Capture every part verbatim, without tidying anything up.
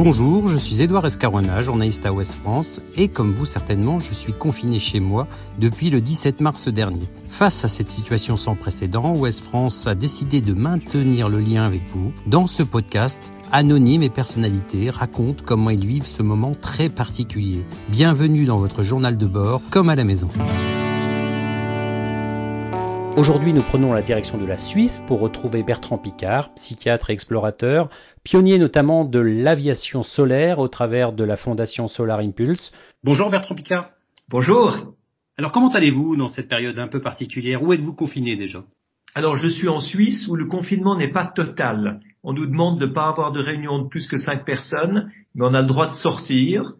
Bonjour, je suis Édouard Escaroina, journaliste à Ouest France et comme vous certainement, je suis confiné chez moi depuis le dix-sept mars dernier. Face à cette situation sans précédent, Ouest France a décidé de maintenir le lien avec vous. Dans ce podcast, anonymes et personnalités racontent comment ils vivent ce moment très particulier. Bienvenue dans votre journal de bord, comme à la maison. Aujourd'hui, nous prenons la direction de la Suisse pour retrouver Bertrand Piccard, psychiatre et explorateur, pionnier notamment de l'aviation solaire au travers de la fondation Solar Impulse. Bonjour Bertrand Piccard. Bonjour. Alors comment allez-vous dans cette période un peu particulière? Où êtes-vous confiné déjà? Alors je suis en Suisse où le confinement n'est pas total. On nous demande de ne pas avoir de réunion de plus que cinq personnes, mais on a le droit de sortir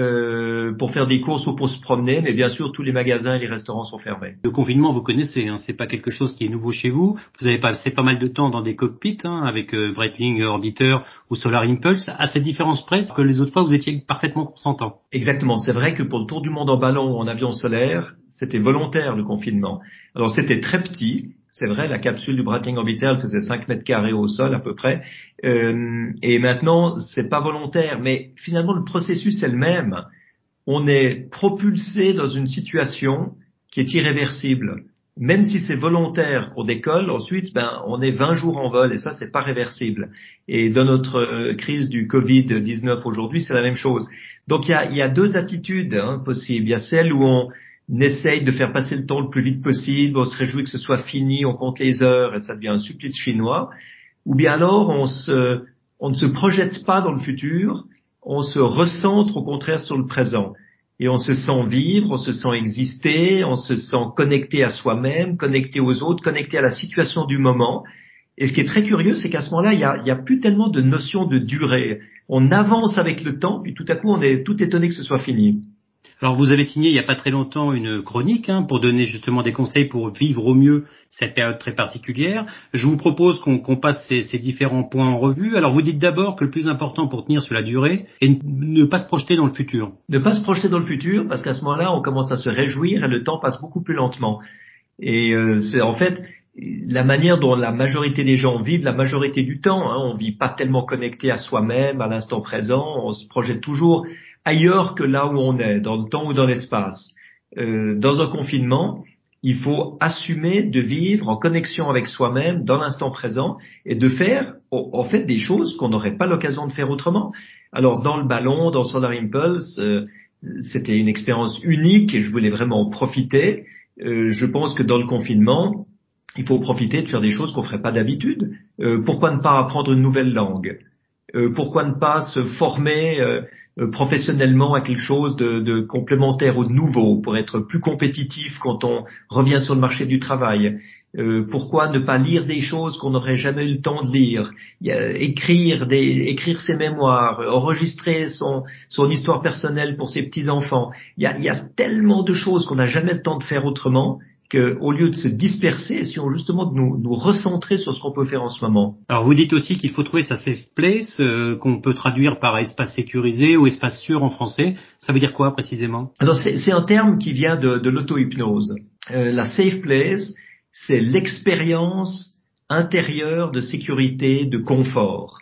euh, pour faire des courses ou pour se promener, mais bien sûr tous les magasins et les restaurants sont fermés. Le confinement, vous connaissez, hein, c'est pas quelque chose qui est nouveau chez vous. Vous avez passé pas mal de temps dans des cockpits hein, avec euh, Breitling Orbiter ou Solar Impulse. À cette différence près que les autres fois vous étiez parfaitement consentant. Exactement, c'est vrai que pour le tour du monde en ballon ou en avion solaire, c'était volontaire le confinement. Alors c'était très petit. C'est vrai, la capsule du Breitling Orbiter faisait cinq mètres carrés au sol à peu près. Euh, et maintenant, c'est pas volontaire, mais finalement le processus est le même. On est propulsé dans une situation qui est irréversible. Même si c'est volontaire qu'on décolle, ensuite, ben, on est vingt jours en vol et ça, c'est pas réversible. Et dans notre euh, crise du covid dix-neuf aujourd'hui, c'est la même chose. Donc il y a, il y a deux attitudes hein, possibles. Il y a celle où on On essaye de faire passer le temps le plus vite possible, on se réjouit que ce soit fini, on compte les heures et ça devient un supplice chinois. Ou bien alors on, se, on ne se projette pas dans le futur, on se recentre au contraire sur le présent. Et on se sent vivre, on se sent exister, on se sent connecté à soi-même, connecté aux autres, connecté à la situation du moment. Et ce qui est très curieux, c'est qu'à ce moment-là, il y a, il y a plus tellement de notion de durée. On avance avec le temps, puis tout à coup on est tout étonné que ce soit fini. Alors vous avez signé il n'y a pas très longtemps une chronique hein, pour donner justement des conseils pour vivre au mieux cette période très particulière. Je vous propose qu'on, qu'on passe ces, ces différents points en revue. Alors vous dites d'abord que le plus important pour tenir sur la durée est ne pas se projeter dans le futur. Ne pas se projeter dans le futur parce qu'à ce moment-là on commence à se réjouir et le temps passe beaucoup plus lentement. Et euh, c'est en fait la manière dont la majorité des gens vivent la majorité du temps. Hein. On vit pas tellement connecté à soi-même, à l'instant présent. On se projette toujours ailleurs que là où on est, dans le temps ou dans l'espace. Euh, dans un confinement, il faut assumer de vivre en connexion avec soi-même dans l'instant présent et de faire en fait des choses qu'on n'aurait pas l'occasion de faire autrement. Alors dans le ballon, dans Solar Impulse, euh, c'était une expérience unique et je voulais vraiment en profiter. Euh, je pense que dans le confinement, il faut profiter de faire des choses qu'on ferait pas d'habitude. Euh, pourquoi ne pas apprendre une nouvelle langue ? Euh, pourquoi ne pas se former euh, euh, professionnellement à quelque chose de, de complémentaire ou de nouveau pour être plus compétitif quand on revient sur le marché du travail? euh, Pourquoi ne pas lire des choses qu'on n'aurait jamais eu le temps de lire? Il y a, écrire, des, écrire ses mémoires, enregistrer son, son histoire personnelle pour ses petits-enfants. Il y a, il y a tellement de choses qu'on n'a jamais le temps de faire autrement, qu'au lieu de se disperser, essayons justement de nous, nous recentrer sur ce qu'on peut faire en ce moment. Alors vous dites aussi qu'il faut trouver sa safe place, euh, qu'on peut traduire par espace sécurisé ou espace sûr en français. Ça veut dire quoi précisément? Alors c'est, c'est un terme qui vient de, de l'auto-hypnose. Euh, la safe place, c'est l'expérience intérieure de sécurité, de confort.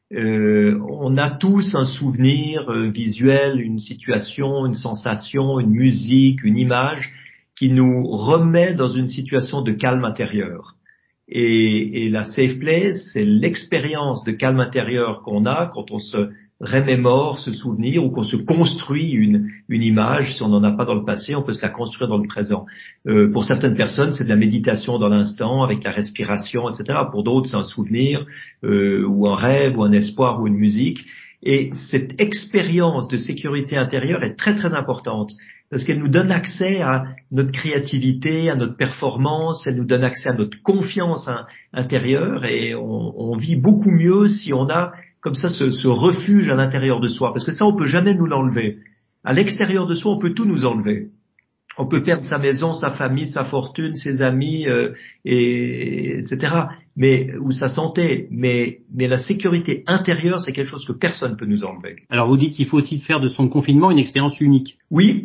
Euh, on a tous un souvenir euh, visuel, une situation, une sensation, une musique, une image qui nous remet dans une situation de calme intérieur. Et, et la safe place, c'est l'expérience de calme intérieur qu'on a quand on se remémore ce souvenir ou qu'on se construit une, une image. Si on n'en a pas dans le passé, on peut se la construire dans le présent. Euh, pour certaines personnes, c'est de la méditation dans l'instant, avec la respiration, et cetera. Pour d'autres, c'est un souvenir euh, ou un rêve ou un espoir ou une musique. Et cette expérience de sécurité intérieure est très très importante. Parce qu'elle nous donne accès à notre créativité, à notre performance, elle nous donne accès à notre confiance intérieure et on, on vit beaucoup mieux si on a comme ça ce, ce refuge à l'intérieur de soi. Parce que ça, on peut jamais nous l'enlever. À l'extérieur de soi, on peut tout nous enlever. On peut perdre sa maison, sa famille, sa fortune, ses amis, euh, et, etc. Mais ou sa santé. Mais, mais la sécurité intérieure, c'est quelque chose que personne ne peut nous enlever. Alors vous dites qu'il faut aussi faire de son confinement une expérience unique. Oui.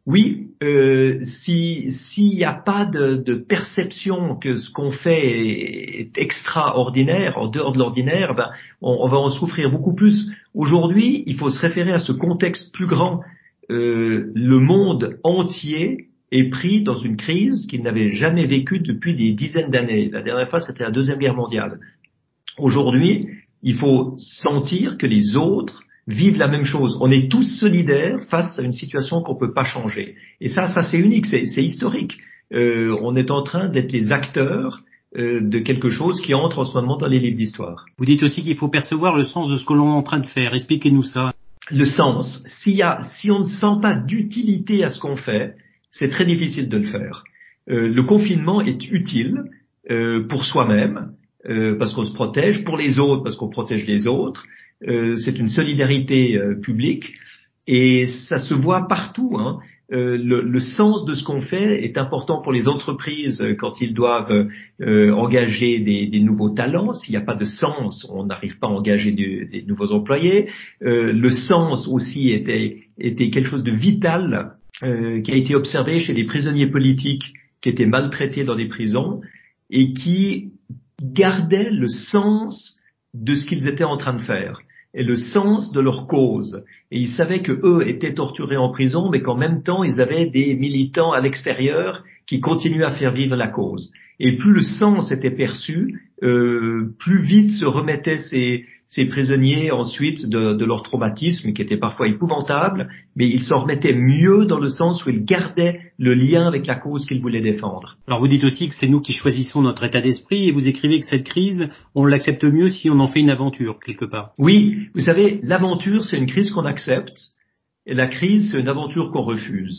Oui, euh, si s'il n'y a pas de, de perception que ce qu'on fait est extraordinaire, en dehors de l'ordinaire, ben on, on va en souffrir beaucoup plus. Aujourd'hui, il faut se référer à ce contexte plus grand. Euh, le monde entier est pris dans une crise qu'il n'avait jamais vécue depuis des dizaines d'années. La dernière fois, c'était la Deuxième Guerre mondiale. Aujourd'hui, il faut sentir que les autres vivent la même chose. On est tous solidaires face à une situation qu'on peut pas changer. Et ça, ça c'est unique, c'est, c'est historique. Euh, on est en train d'être les acteurs euh, de quelque chose qui entre en ce moment dans les livres d'histoire. Vous dites aussi qu'il faut percevoir le sens de ce que l'on est en train de faire. Expliquez-nous ça. Le sens. S'il y a, si on ne sent pas d'utilité à ce qu'on fait, c'est très difficile de le faire. Euh, le confinement est utile euh, pour soi-même, euh, parce qu'on se protège, pour les autres, parce qu'on protège les autres. Euh, c'est une solidarité euh, publique et ça se voit partout. Hein. Euh, le, le sens de ce qu'on fait est important pour les entreprises euh, quand ils doivent euh, engager des, des nouveaux talents. S'il n'y a pas de sens, on n'arrive pas à engager du, des nouveaux employés. Euh, le sens aussi était, était quelque chose de vital euh, qui a été observé chez des prisonniers politiques qui étaient maltraités dans des prisons et qui gardaient le sens de ce qu'ils étaient en train de faire et le sens de leur cause. Et ils savaient que eux étaient torturés en prison, mais qu'en même temps, ils avaient des militants à l'extérieur qui continuaient à faire vivre la cause. Et plus le sens était perçu, euh, plus vite se remettaient ces, ces prisonniers ensuite de, de leur traumatisme, qui était parfois épouvantable, mais ils s'en remettaient mieux dans le sens où ils gardaient le lien avec la cause qu'ils voulaient défendre. Alors vous dites aussi que c'est nous qui choisissons notre état d'esprit, et vous écrivez que cette crise, on l'accepte mieux si on en fait une aventure, quelque part. Oui, vous savez, l'aventure, c'est une crise qu'on accepte, et la crise, c'est une aventure qu'on refuse.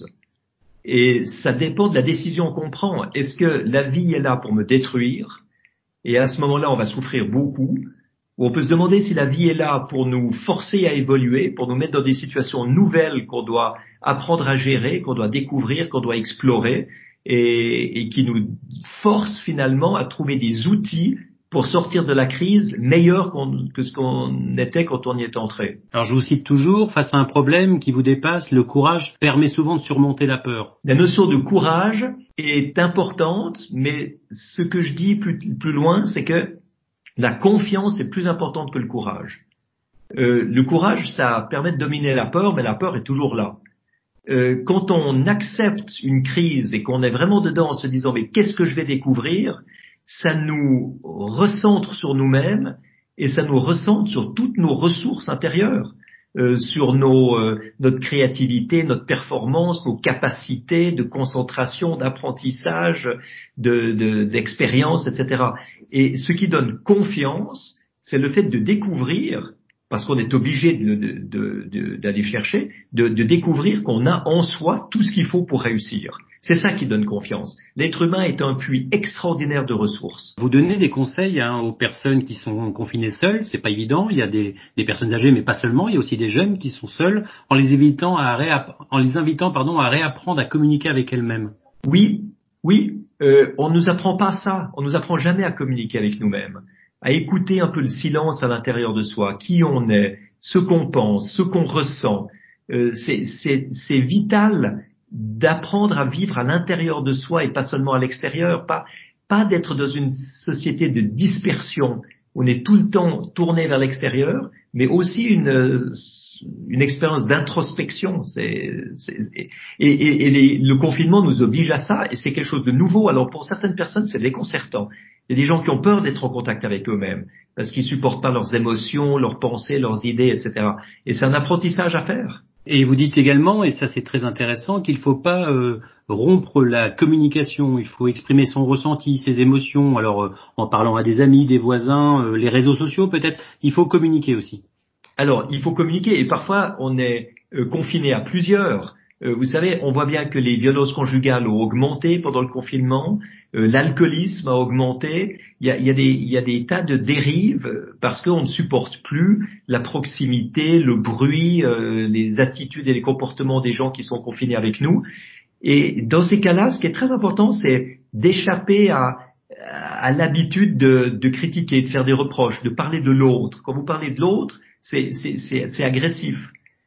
Et ça dépend de la décision qu'on prend. Est-ce que la vie est là pour me détruire? Et à ce moment-là, on va souffrir beaucoup. Ou on peut se demander si la vie est là pour nous forcer à évoluer, pour nous mettre dans des situations nouvelles qu'on doit apprendre à gérer, qu'on doit découvrir, qu'on doit explorer, et, et qui nous force finalement à trouver des outils pour sortir de la crise meilleur qu'on, que ce qu'on était quand on y est entré. Alors je vous cite toujours, face à un problème qui vous dépasse, le courage permet souvent de surmonter la peur. La notion de courage est importante, mais ce que je dis plus, plus loin, c'est que la confiance est plus importante que le courage. Euh, le courage, ça permet de dominer la peur, mais la peur est toujours là. Euh, quand on accepte une crise et qu'on est vraiment dedans en se disant « mais qu'est-ce que je vais découvrir ?» ça nous recentre sur nous-mêmes et ça nous recentre sur toutes nos ressources intérieures, euh, sur nos, euh, notre créativité, notre performance, nos capacités de concentration, d'apprentissage, de, de, d'expérience, et cetera. Et ce qui donne confiance, c'est le fait de découvrir, parce qu'on est obligé de, de, de, de, d'aller chercher, de, de découvrir qu'on a en soi tout ce qu'il faut pour réussir. C'est ça qui donne confiance. L'être humain est un puits extraordinaire de ressources. Vous donnez des conseils hein, aux personnes qui sont confinées seules, c'est pas évident. Il y a des, des personnes âgées, mais pas seulement. Il y a aussi des jeunes qui sont seuls, en les invitant à, réapp- en les invitant, pardon, à réapprendre à communiquer avec elles-mêmes. Oui, oui. Euh, on nous apprend pas ça. On nous apprend jamais à communiquer avec nous-mêmes, à écouter un peu le silence à l'intérieur de soi, qui on est, ce qu'on pense, ce qu'on ressent. Euh, c'est, c'est, c'est vital d'apprendre à vivre à l'intérieur de soi et pas seulement à l'extérieur, pas, pas d'être dans une société de dispersion où on est tout le temps tourné vers l'extérieur, mais aussi une, une expérience d'introspection. C'est, c'est, et et, et les, le confinement nous oblige à ça et c'est quelque chose de nouveau. Alors pour certaines personnes, c'est déconcertant. Il y a des gens qui ont peur d'être en contact avec eux-mêmes parce qu'ils supportent pas leurs émotions, leurs pensées, leurs idées, et cetera. Et c'est un apprentissage à faire. Et vous dites également, et ça c'est très intéressant, qu'il ne faut pas euh, rompre la communication, il faut exprimer son ressenti, ses émotions, alors euh, en parlant à des amis, des voisins, euh, les réseaux sociaux peut-être, il faut communiquer aussi. Alors, il faut communiquer et parfois on est euh, confiné à plusieurs. Euh, vous savez, on voit bien que les violences conjugales ont augmenté pendant le confinement, euh, l'alcoolisme a augmenté, il y a, il y a des, il y a des tas de dérives parce qu'on ne supporte plus la proximité, le bruit, euh, les attitudes et les comportements des gens qui sont confinés avec nous. Et dans ces cas-là, ce qui est très important, c'est d'échapper à, à l'habitude de, de critiquer, de faire des reproches, de parler de l'autre. Quand vous parlez de l'autre, c'est, c'est, c'est, c'est agressif.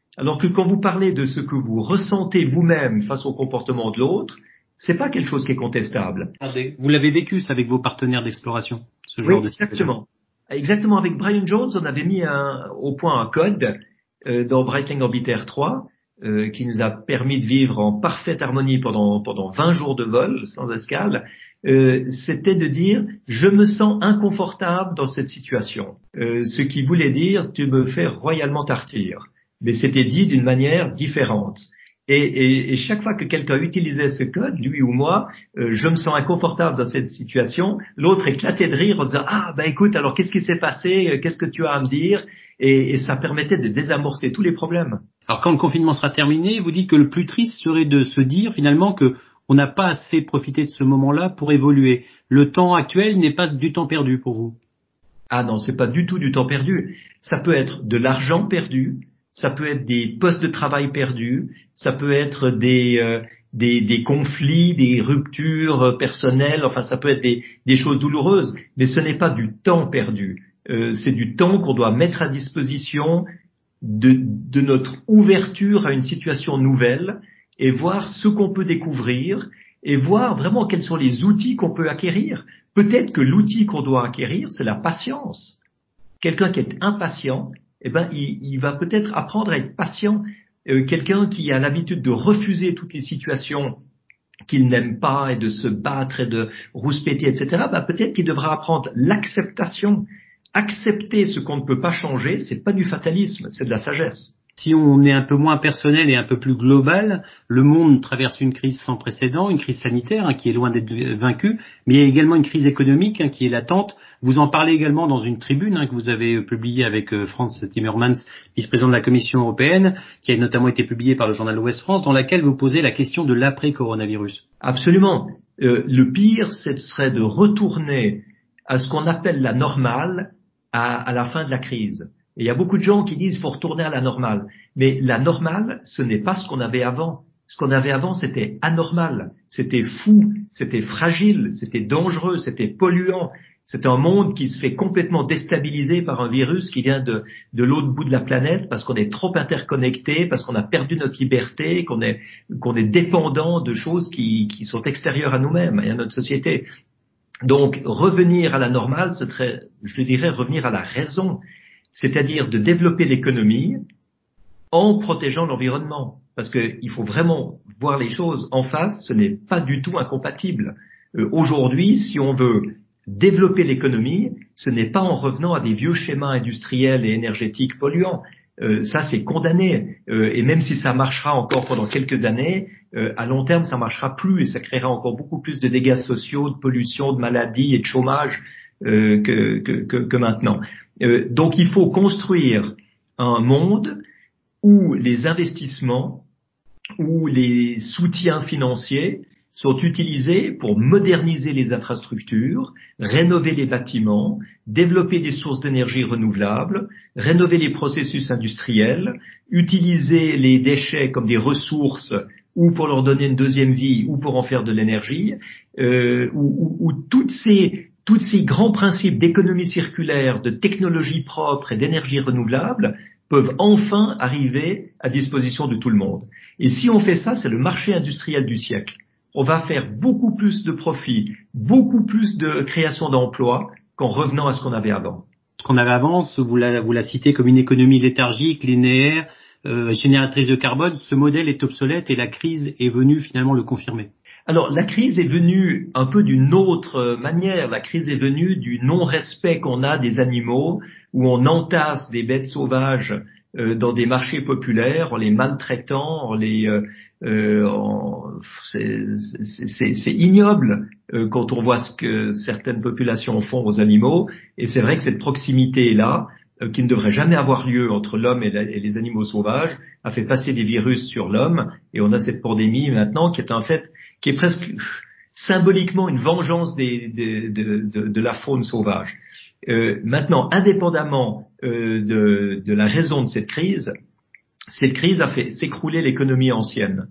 Alors que quand vous parlez de ce que vous ressentez vous-même face au comportement de l'autre, c'est pas quelque chose qui est contestable. Vous l'avez vécu, ça, avec vos partenaires d'exploration, ce genre oui, de exactement. Exactement. Avec Brian Jones, on avait mis un, au point un code euh, dans Breitling Orbiter trois euh, qui nous a permis de vivre en parfaite harmonie pendant pendant vingt jours de vol sans escale. Euh, c'était de dire je me sens inconfortable dans cette situation, euh, ce qui voulait dire tu me fais royalement tartir, mais c'était dit d'une manière différente. Et, et, et chaque fois que quelqu'un utilisait ce code, lui ou moi, euh, je me sens inconfortable dans cette situation, l'autre éclatait de rire en disant ah ben écoute, alors qu'est-ce qui s'est passé, qu'est-ce que tu as à me dire, et, et ça permettait de désamorcer tous les problèmes. Alors quand le confinement sera terminé, vous dites que le plus triste serait de se dire finalement que on n'a pas assez profité de ce moment-là pour évoluer. Le temps actuel n'est pas du temps perdu pour vous? Ah non, c'est pas du tout du temps perdu. Ça peut être de l'argent perdu, ça peut être des postes de travail perdus, ça peut être des, euh, des, des conflits, des ruptures personnelles, enfin ça peut être des, des choses douloureuses, mais ce n'est pas du temps perdu. Euh, c'est du temps qu'on doit mettre à disposition de, de notre ouverture à une situation nouvelle et voir ce qu'on peut découvrir et voir vraiment quels sont les outils qu'on peut acquérir. Peut-être que l'outil qu'on doit acquérir, c'est la patience. Quelqu'un qui est impatient, eh ben, il, il va peut-être apprendre à être patient. Euh, quelqu'un qui a l'habitude de refuser toutes les situations qu'il n'aime pas et de se battre et de rouspéter, et cetera, ben, peut-être qu'il devra apprendre l'acceptation. Accepter ce qu'on ne peut pas changer, c'est pas du fatalisme, c'est de la sagesse. Si on est un peu moins personnel et un peu plus global, le monde traverse une crise sans précédent, une crise sanitaire hein, qui est loin d'être vaincue, mais il y a également une crise économique hein, qui est latente. Vous en parlez également dans une tribune hein, que vous avez publiée avec euh, Frans Timmermans, vice-président de la Commission européenne, qui a notamment été publiée par le journal Ouest France, dans laquelle vous posez la question de l'après-coronavirus. Absolument. Euh, le pire, ce serait de retourner à ce qu'on appelle la normale à, à la fin de la crise. Et il y a beaucoup de gens qui disent qu'il faut retourner à la normale. Mais la normale, ce n'est pas ce qu'on avait avant. Ce qu'on avait avant, c'était anormal, c'était fou, c'était fragile, c'était dangereux, c'était polluant. C'est un monde qui se fait complètement déstabiliser par un virus qui vient de, de l'autre bout de la planète parce qu'on est trop interconnectés, parce qu'on a perdu notre liberté, qu'on est, qu'on est dépendant de choses qui, qui sont extérieures à nous-mêmes et à notre société. Donc, revenir à la normale, ce serait, je dirais, revenir à la raison, c'est-à-dire de développer l'économie en protégeant l'environnement. Parce qu'il faut vraiment voir les choses en face, ce n'est pas du tout incompatible. Euh, aujourd'hui, si on veut développer l'économie, ce n'est pas en revenant à des vieux schémas industriels et énergétiques polluants. Euh, ça, c'est condamné. Euh, et même si ça marchera encore pendant quelques années, euh, à long terme, ça marchera plus et ça créera encore beaucoup plus de dégâts sociaux, de pollution, de maladies et de chômage euh, que, que, que, que maintenant. Euh, donc, il faut construire un monde où les investissements, où les soutiens financiers sont utilisés pour moderniser les infrastructures, rénover les bâtiments, développer des sources d'énergie renouvelables, rénover les processus industriels, utiliser les déchets comme des ressources ou pour leur donner une deuxième vie ou pour en faire de l'énergie, euh, où, où, où toutes ces tous ces grands principes d'économie circulaire, de technologie propre et d'énergie renouvelable peuvent enfin arriver à disposition de tout le monde. Et si on fait ça, c'est le marché industriel du siècle. On va faire beaucoup plus de profits, beaucoup plus de création d'emplois qu'en revenant à ce qu'on avait avant. Ce qu'on avait avant, vous la, vous la citez comme une économie léthargique, linéaire, euh, génératrice de carbone. Ce modèle est obsolète et la crise est venue finalement le confirmer. Alors, la crise est venue un peu d'une autre manière. La crise est venue du non-respect qu'on a des animaux, où on entasse des bêtes sauvages euh, dans des marchés populaires, en les maltraitant, en les, euh, euh, en, c'est, c'est, c'est ignoble euh, quand on voit ce que certaines populations font aux animaux. Et c'est vrai que cette proximité-là, euh, qui ne devrait jamais avoir lieu entre l'homme et, la, et les animaux sauvages, a fait passer des virus sur l'homme. Et on a cette pandémie maintenant qui est en fait qui est presque symboliquement une vengeance des, des, de, de, de la faune sauvage. Euh, maintenant, indépendamment euh, de, de la raison de cette crise, cette crise a fait s'écrouler l'économie ancienne.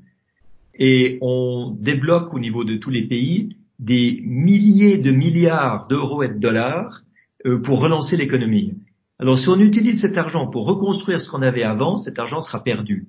Et on débloque au niveau de tous les pays des milliers de milliards d'euros et de dollars euh, pour relancer l'économie. Alors si on utilise cet argent pour reconstruire ce qu'on avait avant, cet argent sera perdu.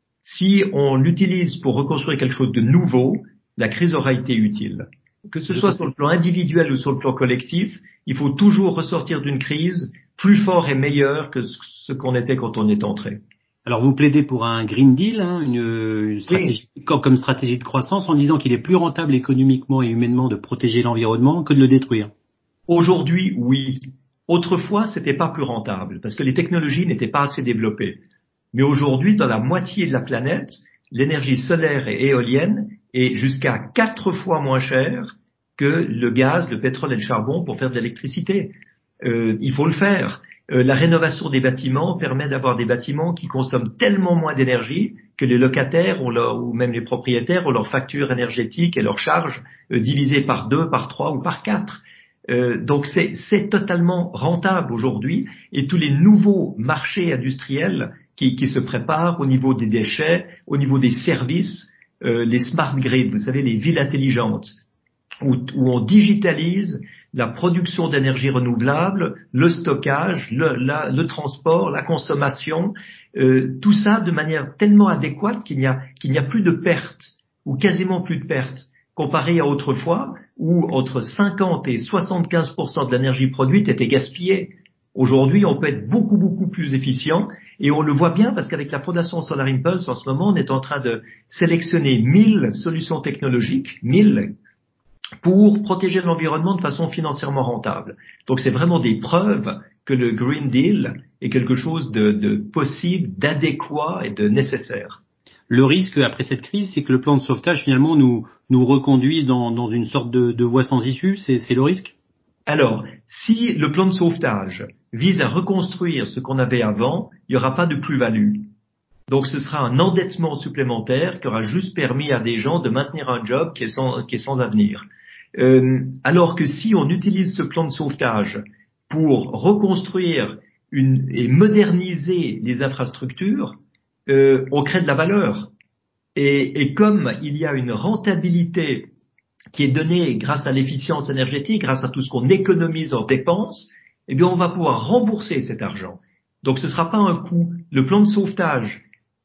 Si on l'utilise pour reconstruire quelque chose de nouveau, la crise aura été utile. Que ce soit sur le plan individuel ou sur le plan collectif, il faut toujours ressortir d'une crise plus fort et meilleur que ce qu'on était quand on est entré. Alors vous plaidez pour un Green Deal, hein, une, une stratégie, oui. comme, comme stratégie de croissance, en disant qu'il est plus rentable économiquement et humainement de protéger l'environnement que de le détruire. Aujourd'hui, oui. Autrefois, c'était pas plus rentable parce que les technologies n'étaient pas assez développées. Mais aujourd'hui, dans la moitié de la planète, l'énergie solaire et éolienne est jusqu'à quatre fois moins chère que le gaz, le pétrole et le charbon pour faire de l'électricité. Euh, il faut le faire. Euh, la rénovation des bâtiments permet d'avoir des bâtiments qui consomment tellement moins d'énergie que les locataires ou, leur, ou même les propriétaires ont leurs factures énergétiques et leurs charges euh, divisées par deux, par trois ou par quatre. Euh, donc c'est, c'est totalement rentable aujourd'hui et tous les nouveaux marchés industriels qui, qui se préparent au niveau des déchets, au niveau des services, euh, les smart grids, vous savez, les villes intelligentes, où, où on digitalise la production d'énergie renouvelable, le stockage, le, la, le transport, la consommation, euh, tout ça de manière tellement adéquate qu'il n'y a, qu'il n'y a plus de pertes, ou quasiment plus de pertes, comparé à autrefois, où entre cinquante et soixante-quinze pour cent de l'énergie produite était gaspillée. Aujourd'hui, on peut être beaucoup, beaucoup plus efficient, et on le voit bien parce qu'avec la Fondation Solar Impulse, en ce moment, on est en train de sélectionner mille solutions technologiques, mille, pour protéger l'environnement de façon financièrement rentable. Donc c'est vraiment des preuves que le Green Deal est quelque chose de, de possible, d'adéquat et de nécessaire. Le risque après cette crise, c'est que le plan de sauvetage finalement nous, nous reconduise dans, dans une sorte de, de voie sans issue, c'est, c'est le risque ? Alors, si le plan de sauvetage vise à reconstruire ce qu'on avait avant, il n'y aura pas de plus-value. Donc ce sera un endettement supplémentaire qui aura juste permis à des gens de maintenir un job qui est sans, qui est sans avenir. Euh, alors que si on utilise ce plan de sauvetage pour reconstruire une, et moderniser les infrastructures, euh, on crée de la valeur. Et, et comme il y a une rentabilité qui est donnée grâce à l'efficience énergétique, grâce à tout ce qu'on économise en dépenses, eh bien on va pouvoir rembourser cet argent. Donc ce ne sera pas un coût. Le plan de sauvetage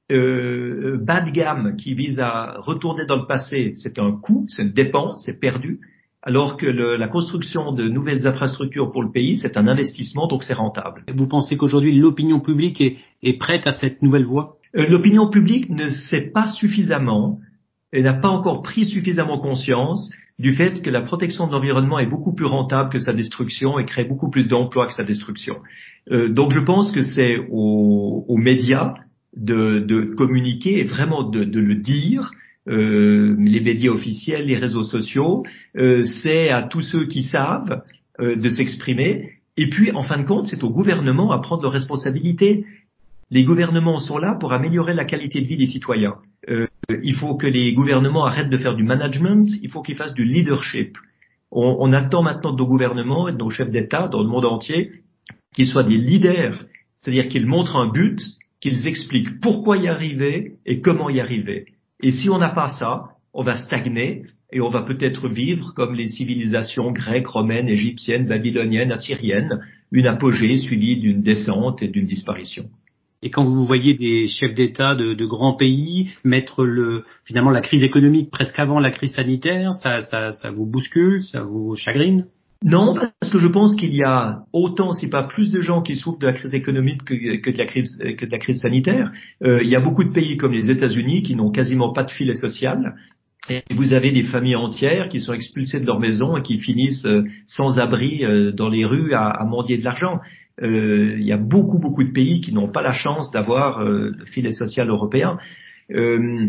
euh, bas de gamme qui vise à retourner dans le passé, c'est un coût, c'est une dépense, c'est perdu. Alors que le, la construction de nouvelles infrastructures pour le pays, c'est un investissement, donc c'est rentable. Vous pensez qu'aujourd'hui l'opinion publique est, est prête à cette nouvelle voie ? euh, L'opinion publique ne sait pas suffisamment et n'a pas encore pris suffisamment conscience du fait que la protection de l'environnement est beaucoup plus rentable que sa destruction et crée beaucoup plus d'emplois que sa destruction. Euh, donc je pense que c'est aux, aux médias de, de communiquer et vraiment de, de le dire. Euh, les médias officiels, les réseaux sociaux, euh, c'est à tous ceux qui savent euh, de s'exprimer. Et puis, en fin de compte, c'est au gouvernement à prendre leurs responsabilités. Les gouvernements sont là pour améliorer la qualité de vie des citoyens. Euh, il faut que les gouvernements arrêtent de faire du management, il faut qu'ils fassent du leadership. On, on attend maintenant de nos gouvernements et de nos chefs d'État dans le monde entier qu'ils soient des leaders, c'est-à-dire qu'ils montrent un but, qu'ils expliquent pourquoi y arriver et comment y arriver. Et si on n'a pas ça, on va stagner et on va peut-être vivre comme les civilisations grecques, romaines, égyptiennes, babyloniennes, assyriennes, une apogée suivie d'une descente et d'une disparition. Et quand vous voyez des chefs d'État de, de grands pays mettre le, finalement la crise économique presque avant la crise sanitaire, ça, ça, ça vous bouscule, ça vous chagrine ? Non, parce que je pense qu'il y a autant, si pas plus de gens qui souffrent de la crise économique que, que de la crise, que de la crise sanitaire. Euh, il y a beaucoup de pays comme les États-Unis qui n'ont quasiment pas de filet social. Et vous avez des familles entières qui sont expulsées de leur maison et qui finissent euh, sans abri euh, dans les rues à, à mendier de l'argent. Euh, il y a beaucoup, beaucoup de pays qui n'ont pas la chance d'avoir euh, le filet social européen. Euh,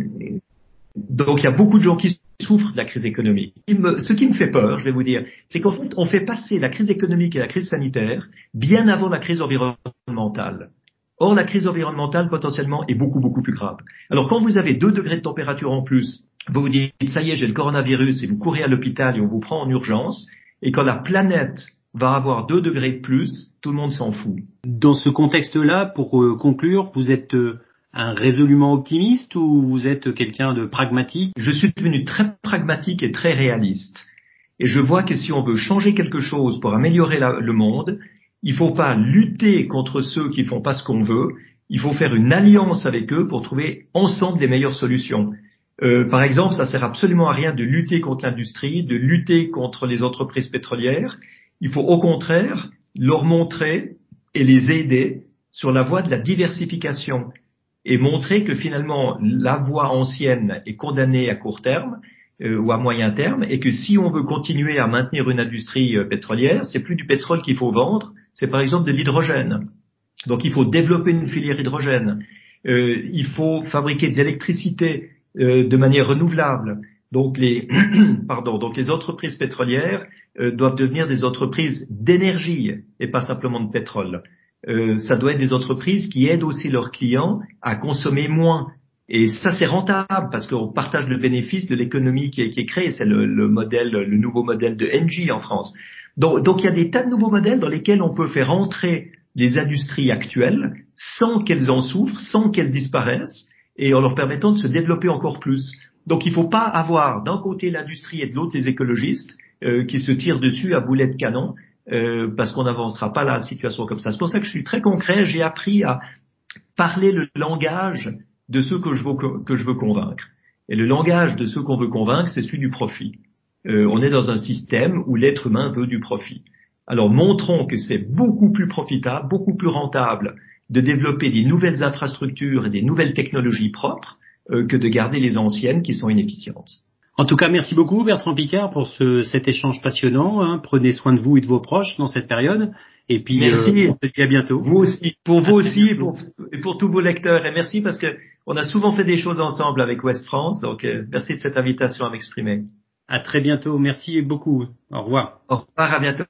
donc il y a beaucoup de gens qui souffrent de la crise économique. Ce qui me fait peur, je vais vous dire, c'est qu'en fait, on fait passer la crise économique et la crise sanitaire bien avant la crise environnementale. Or, la crise environnementale, potentiellement, est beaucoup, beaucoup plus grave. Alors, quand vous avez deux degrés de température en plus, vous vous dites, ça y est, j'ai le coronavirus, et vous courez à l'hôpital et on vous prend en urgence, et quand la planète va avoir deux degrés de plus, tout le monde s'en fout. Dans ce contexte-là, pour euh, conclure, vous êtes euh, un résolument optimiste ou vous êtes quelqu'un de pragmatique ? Je suis devenu très pragmatique et très réaliste. Et je vois que si on veut changer quelque chose pour améliorer la, le monde, Il faut pas lutter contre ceux qui font pas ce qu'on veut. Il faut faire une alliance avec eux pour trouver ensemble des meilleures solutions. Euh, par exemple, ça sert absolument à rien de lutter contre l'industrie, de lutter contre les entreprises pétrolières. Il faut au contraire leur montrer et les aider sur la voie de la diversification et montrer que finalement la voie ancienne est condamnée à court terme euh, ou à moyen terme et que si on veut continuer à maintenir une industrie euh, pétrolière, c'est plus du pétrole qu'il faut vendre, c'est par exemple de l'hydrogène. Donc il faut développer une filière hydrogène. Euh, il faut fabriquer de l'électricité euh, de manière renouvelable. Donc les pardon, donc les entreprises pétrolières euh, doivent devenir des entreprises d'énergie et pas simplement de pétrole. Euh, ça doit être des entreprises qui aident aussi leurs clients à consommer moins. Et ça, c'est rentable parce qu'on partage le bénéfice de l'économie qui est, qui est créée. C'est le, le modèle, le nouveau modèle de Engie en France. Donc, donc il y a des tas de nouveaux modèles dans lesquels on peut faire entrer les industries actuelles sans qu'elles en souffrent, sans qu'elles disparaissent et en leur permettant de se développer encore plus. Donc il ne faut pas avoir d'un côté l'industrie et de l'autre les écologistes euh, qui se tirent dessus à boulet de canon euh, parce qu'on n'avancera pas la situation comme ça. C'est pour ça que je suis très concret. J'ai appris à parler le langage de ceux que je veux, que je veux convaincre. Et le langage de ceux qu'on veut convaincre, c'est celui du profit. Euh, on est dans un système où l'être humain veut du profit. Alors montrons que c'est beaucoup plus profitable, beaucoup plus rentable de développer des nouvelles infrastructures et des nouvelles technologies propres euh, que de garder les anciennes qui sont inefficientes. En tout cas, merci beaucoup Bertrand Piccard pour ce, cet échange passionnant. Hein. Prenez soin de vous et de vos proches dans cette période. Et puis, merci. Euh, on se dit à bientôt. Vous aussi, pour vous aussi et pour, et pour tous vos lecteurs. Et merci parce que on a souvent fait des choses ensemble avec Ouest France. Donc, euh, merci de cette invitation à m'exprimer. À très bientôt. Merci beaucoup. Au revoir. Au revoir, à bientôt.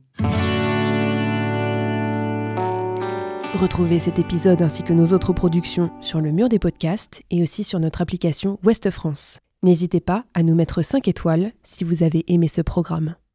Retrouvez cet épisode ainsi que nos autres productions sur le mur des podcasts et aussi sur notre application Ouest France. N'hésitez pas à nous mettre cinq étoiles si vous avez aimé ce programme.